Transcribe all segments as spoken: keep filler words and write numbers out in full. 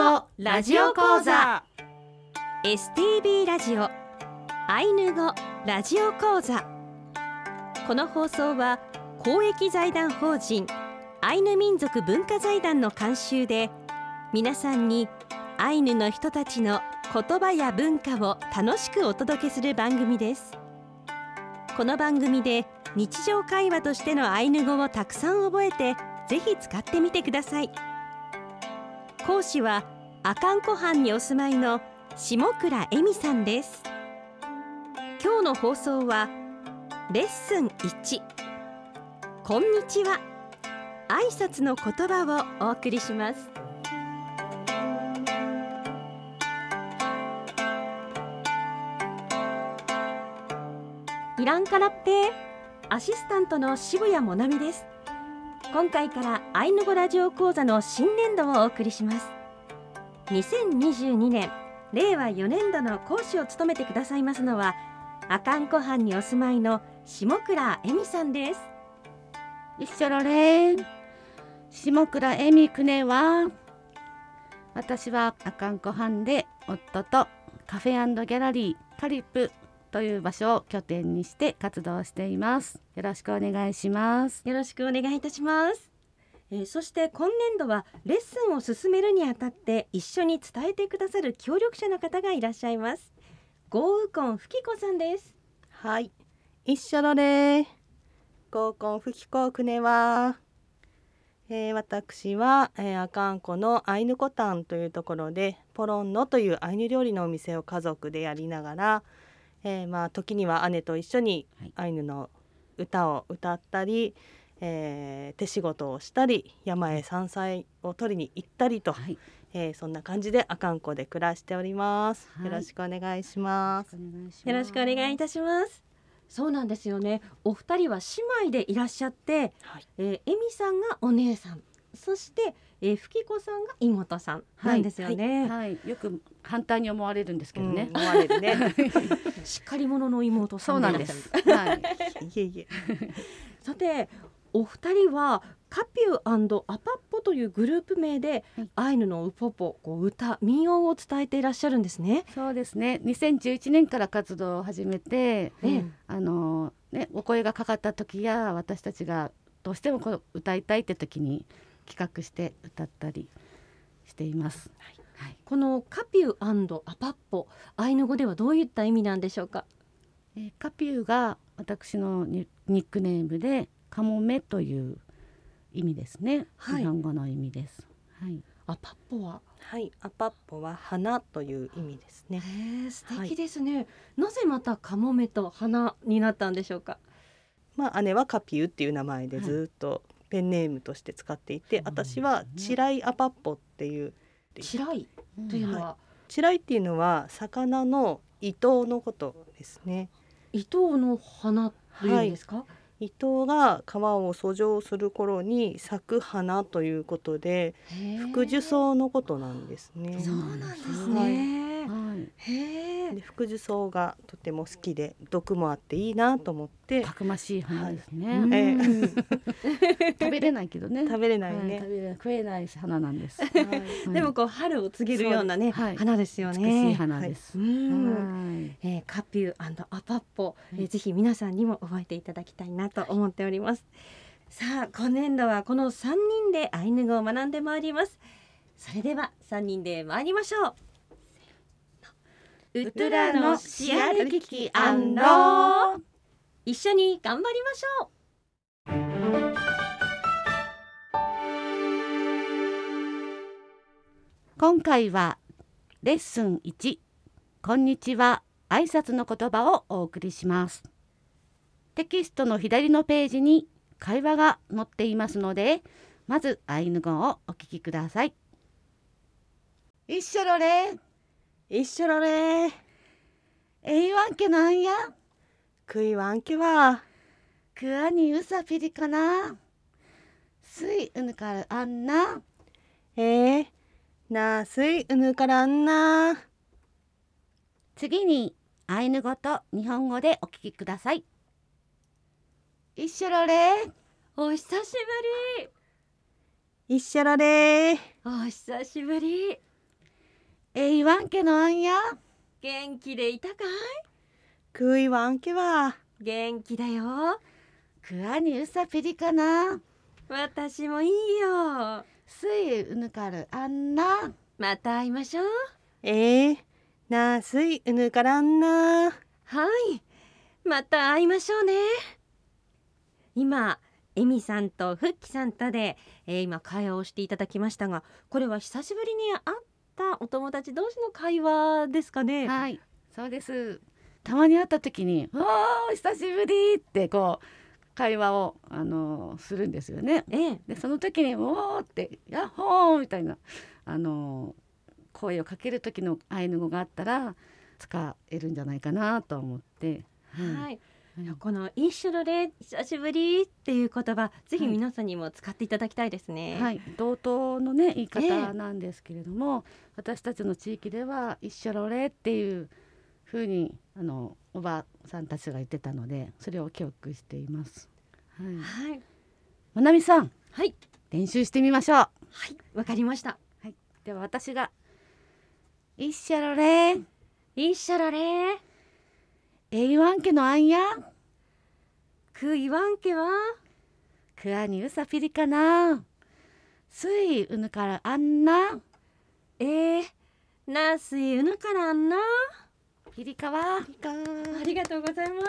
語ラジオ講座エスティービー ラジオアイヌ語ラジオ講座。この放送は公益財団法人アイヌ民族文化財団の監修で、皆さんにアイヌの人たちの言葉や文化を楽しくお届けする番組です。この番組で日常会話としてのアイヌ語をたくさん覚えて、ぜひ使ってみてください。講師は阿寒湖畔にお住まいの下倉恵美さんです。今日の放送はレッスンいち、こんにちは、挨拶の言葉をお送りします。イランカラッペーアシスタントの渋谷もなみです。今回からアイヌ語ラジオ講座の新年度をお送りします。にせんにじゅうにねんれいわよねんどの講師を務めてくださいますのは、阿寒湖畔にお住まいの下倉恵美さんです。 一緒ろれん下倉恵美くねは、私は阿寒湖畔で夫とカフェ&ギャラリーカリップという場所を拠点にして活動しています。よろしくお願いします。 よろしくお願いいたします。えー、そして今年度はレッスンを進めるにあたって一緒に伝えてくださる協力者の方がいらっしゃいます。ゴウコンフキコさんです。 はい、一緒ろれゴウコンフキコくねは、えー、私は、えー、阿寒湖のアイヌコタンというところでポロンノというアイヌ料理のお店を家族でやりながら、えーまあ、時には姉と一緒にアイヌの歌を歌ったり、えー、手仕事をしたり、山へ山菜を取りに行ったりと、はい、えー、そんな感じで阿寒湖で暮らしております、はい、よろしくお願いします。 よろしくお願いいたします。そうなんですよね、お二人は姉妹でいらっしゃって、はい、えー、恵美さんがお姉さん、そして、えー、ふきこさんが妹さんなんですよね、 はいはいはい、よく反対に思われるんですけどね、 うん、思われるねしっかり者の妹さん。 そうなんです、はい、 いえいえさてお二人はカピュー&アパッポというグループ名で、はい、アイヌのウポポ、こう歌民謡を伝えていらっしゃるんですね。 そうですね、にせんじゅういちねんから活動を始めて、うん、あのね、お声がかかった時や私たちがどうしてもこう歌いたいって時に企画して歌ったりしています、はいはい、このカピュー&アパッポ、アイヌ語ではどういった意味なんでしょうか。 えー、カピューが私のニックネームでカモメという意味ですね、はい、日本語の意味です、はい、 アパッポは、 はい、アパッポは花という意味ですね。 へー、素敵ですね、はい、なぜまたカモメと花になったんでしょうか。 まあ、姉はカピューっていう名前でずっとペンネームとして使っていて、はい、私はチライアパッポっていう、 チライというのは、 はい、チライっていうのは魚の糸のことですね。 糸の花というんですか。はい、 糸が川を遡上する頃に咲く花ということで、福寿草のことなんですね。 そうなんですね、 はい、へで福寿草がとても好きで毒もあっていいなと思って。 たくましい花ですね、 はい、えー、 食べれないけどね、 食べれないね、はい、 食べれ食えない花なんです、はい、でもこう春を告げるようなね、はい、花ですよね。 美しい花です、はい、 はいえー、カピュー&アパッポ、えー、ぜひ皆さんにも覚えていただきたいなと思っております、はい、さあ今年度はこのさんにんでアイヌ語を学んでまいります。それではさんにんで参りましょう。 ウトラのシアルキキアンロー、 一緒に頑張りましょう。 今回はレッスンいち、こんにちは、挨拶の言葉をお送りします。テキストの左のページに会話が載っていますので、まずアイヌ語をお聞きください。一緒ろれ一緒ろれえいわんけなんや食いわんけはくわにうさぴりかなすいうぬからあんなえー、なすいうぬからあんな。 次にアイヌ語と日本語でお聞きください。一緒ろれお久しぶり。 一緒ろれお久しぶり。 えいわんけのあんや。 元気でいたかい？ くいわんけは。 元気だよ。 くわにうさぴりかな。 私もいいよ。 すいうぬかるあんな。 また会いましょう。 えー、なすいうぬからんな。 はい、また会いましょうね。今エミさんとフッキさんとで、えー、今会話をしていただきましたが、これは久しぶりに会ったお友達同士の会話ですかね。 はい、そうです。たまに会った時に「わー久しぶり」ってこう会話を、あのーするんですよね。 ええ、 でその時に「おー」って「ヤッホー」みたいな、あのー声をかける時のアイヌ語があったら使えるんじゃないかなと思って、 はい、 うんこの一緒のね久しぶりっていう言葉、ぜひ皆さんにも使っていただきたいですね。 はい、同等のね言い方なんですけれども、私たちの地域では一緒ろれっていう風にあのおばさんたちが言ってたので、それを記憶しています。はい、 はい、 まなみさんはい、 練習してみましょう。 はい、わかりました。 はい、では私が一緒ろれ一緒られえいわんけのあんやくいわんけはくわにうさぴりかなすいうぬからあんなえー、なすいうぬからんな。 ピリカはピリカありがとうございます。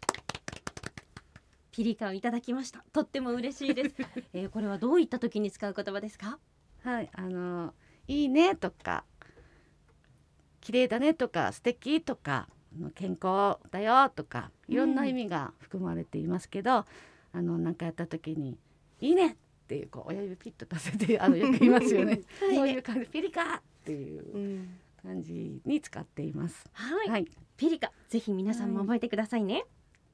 ピリカをいただきました。とっても嬉しいです、えー、これはどういった時に使う言葉ですか？ はい、あのいいねとか綺麗だねとか素敵とか健康だよとかいろんな意味が含まれていますけど、うん、あのなんかやった時にいいねっていう、こう親指ピッと出せてあのよく言いますよね、はい、そういう感じピリカっていう感じに使っています。 はい、 はい、 ピリカぜひ皆さんも覚えてくださいね。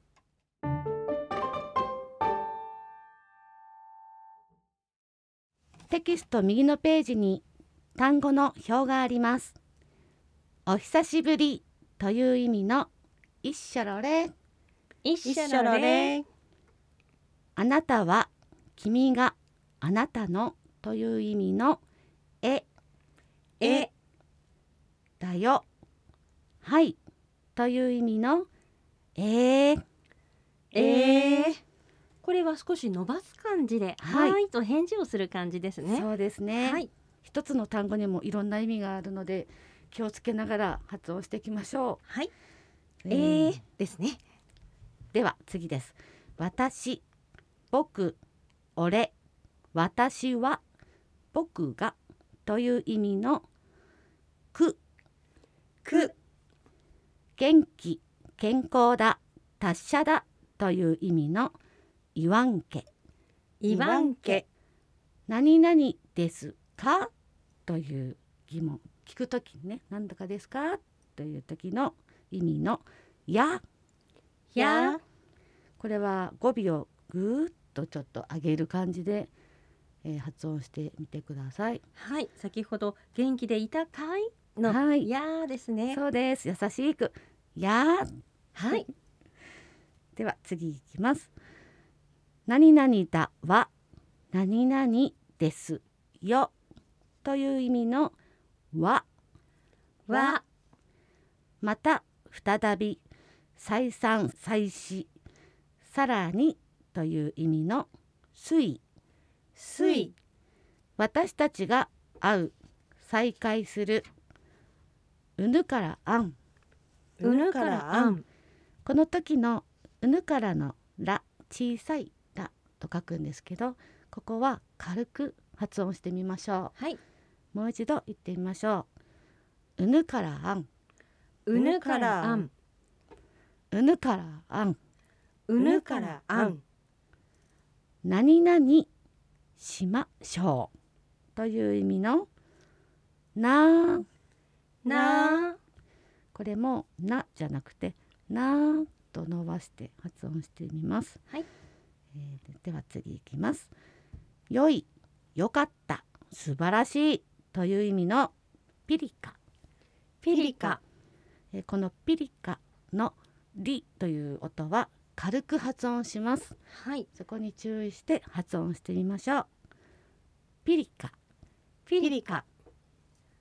テキスト右のページに単語の表があります。お久しぶりという意味の一緒ろれ、 一緒ろれ、 あなたは、君が、あなたのという意味のえ、 えだよ、はいという意味のえー、 えー、これは少し伸ばす感じで、 はい、 はいと返事をする感じですね。 そうですね、 はい、 一つの単語にもいろんな意味があるので気をつけながら発音していきましょう。 はい、 えー、 ーえー、ですね。 では次です。私、僕、俺、私は、僕がという意味のく、 く、 元気、健康だ、達者だという意味のいわんけ、 いわんけ、 何々ですかという疑問、聞くときにね、何だかですかという時の意味のや、 や、 これは語尾をぐーっとちょっと上げる感じで、えー、発音してみてください。 はい、先ほど元気でいたかいの、 はい、 やですね。 そうです。優しくや、 はい、 では次いきます。何々だは何々ですよという意味のは、 は、 また再び、再三再四、さらにという意味の推、 推、 私たちが会う、再会する、うぬからあん、 うぬからあん、 この時のうぬからのら、小さいらと書くんですけど、ここは軽く発音してみましょう。はい、 もう一度言ってみましょう。うぬからあん、 うぬからあん、 うぬからあん、 うぬからあん、 何々しましょうという意味のな、 な、 これもなじゃなくてなと伸ばして発音してみます。 はい、 えー、では次いきます。良い、良かった、素晴らしいという意味のピリカ、 ピリカ、 えー、このピリカのリという音は軽く発音します。 はい、 そこに注意して発音してみましょう。ピリカ、 ピリカ、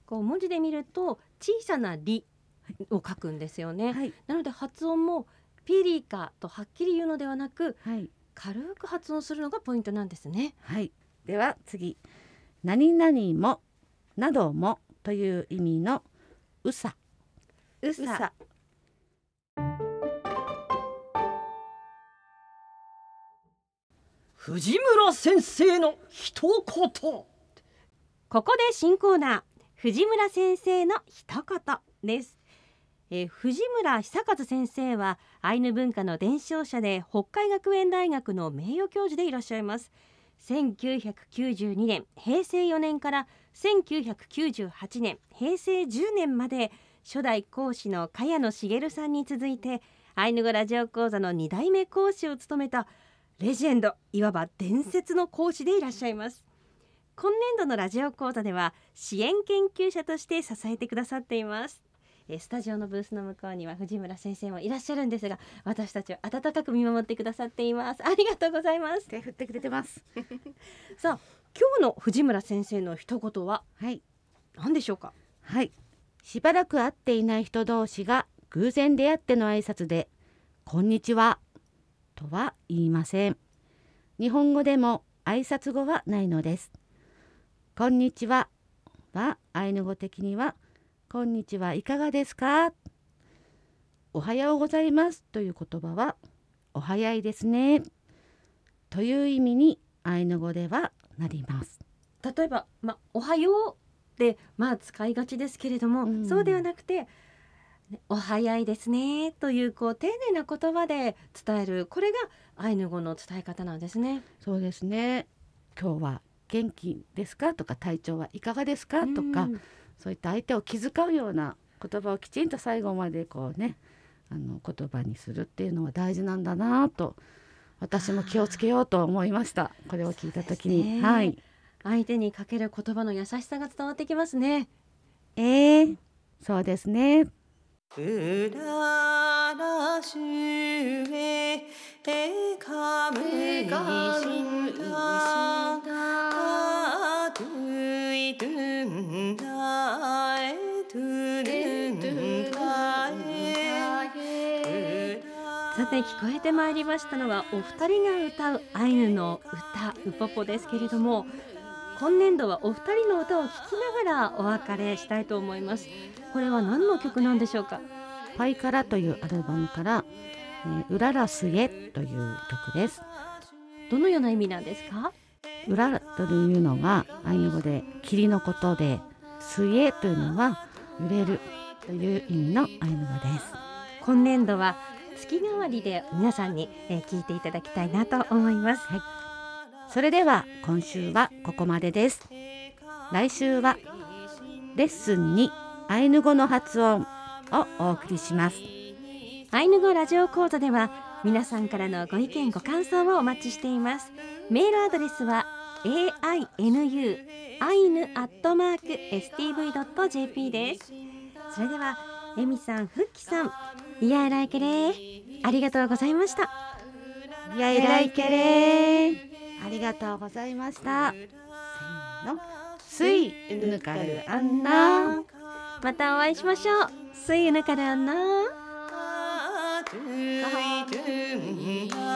こう文字で見ると小さなリを書くんですよね、 はいなので発音もピリカとはっきり言うのではなくはい軽く発音するのがポイントなんですね。 はいでは次何々もなどもという意味のうさううさ藤村先生の一言。 ここで新コーナー藤村先生の一言です、えー、藤村久和先生はアイヌ文化の伝承者で北海学園大学の名誉教授でいらっしゃいます。せんきゅうひゃくきゅうじゅうにねんへいせいよねんからせんきゅうひゃくきゅうじゅうはちねんへいせいじゅうねんまで初代講師の茅野茂さんに続いてアイヌ語ラジオ講座のにだいめ講師を務めたレジェンド、いわば伝説の講師でいらっしゃいます。今年度のラジオ講座では支援研究者として支えてくださっています。えスタジオのブースの向こうには藤村先生もいらっしゃるんですが、私たちを温かく見守ってくださっています。ありがとうございます。 手振ってくれてますさあ、今日の藤村先生の一言ははい何でしょうか。 はいしばらく会っていない人同士が偶然出会っての挨拶でこんにちはとは言いません。日本語でも挨拶語はないのです。こんにちははアイヌ語的にはこんにちはいかがですか、おはようございますという言葉はお早いですねという意味にアイヌ語ではなります。 例えば、ま、おはようで、まあ、使いがちですけれども、 うん、 そうではなくてお早いですねという、こう丁寧な言葉で伝える、これがアイヌ語の伝え方なんですね。 そうですね。今日は元気ですかとか体調はいかがですかとか、 うんそういった相手を気遣うような言葉をきちんと最後までこうねあの言葉にするっていうのは大事なんだなと私も気をつけようと思いました。これを聞いた時に、はい、 相手にかける言葉の優しさが伝わってきますね。 えー、そうですね。 うららしゅええかむいしんたかといとんだえとるんだえさて、聞こえてまいりましたのはお二人が歌うアイヌの歌ウポポですけれども、今年度はお二人の歌を聴きながらお別れしたいと思います。これは何の曲なんでしょうか。 パイカラというアルバムから、えー、うららすえという曲です。 どのような意味なんですか。 うらというのがアイヌ語で霧のことで、すえというのは揺れるという意味のアイヌ語です。 今年度は月替わりで皆さんに聴いていただきたいなと思います、 はい、それでは今週はここまでです。来週はレッスンにアイヌ語の発音をお送りします。 アイヌ語ラジオ講座では皆さんからのご意見ご感想をお待ちしています。メールアドレスは エーアイエヌユー アイヌアットマーク エスティーブイドットジェーピー です。それではエミさん、フッキさん、イヤイライケレー、ありがとうございました。 イヤイライケレー、ありがとうございました。せーの、スイヌカルアンナ。 またお会いしましょう。スイヌカルアンナ。 か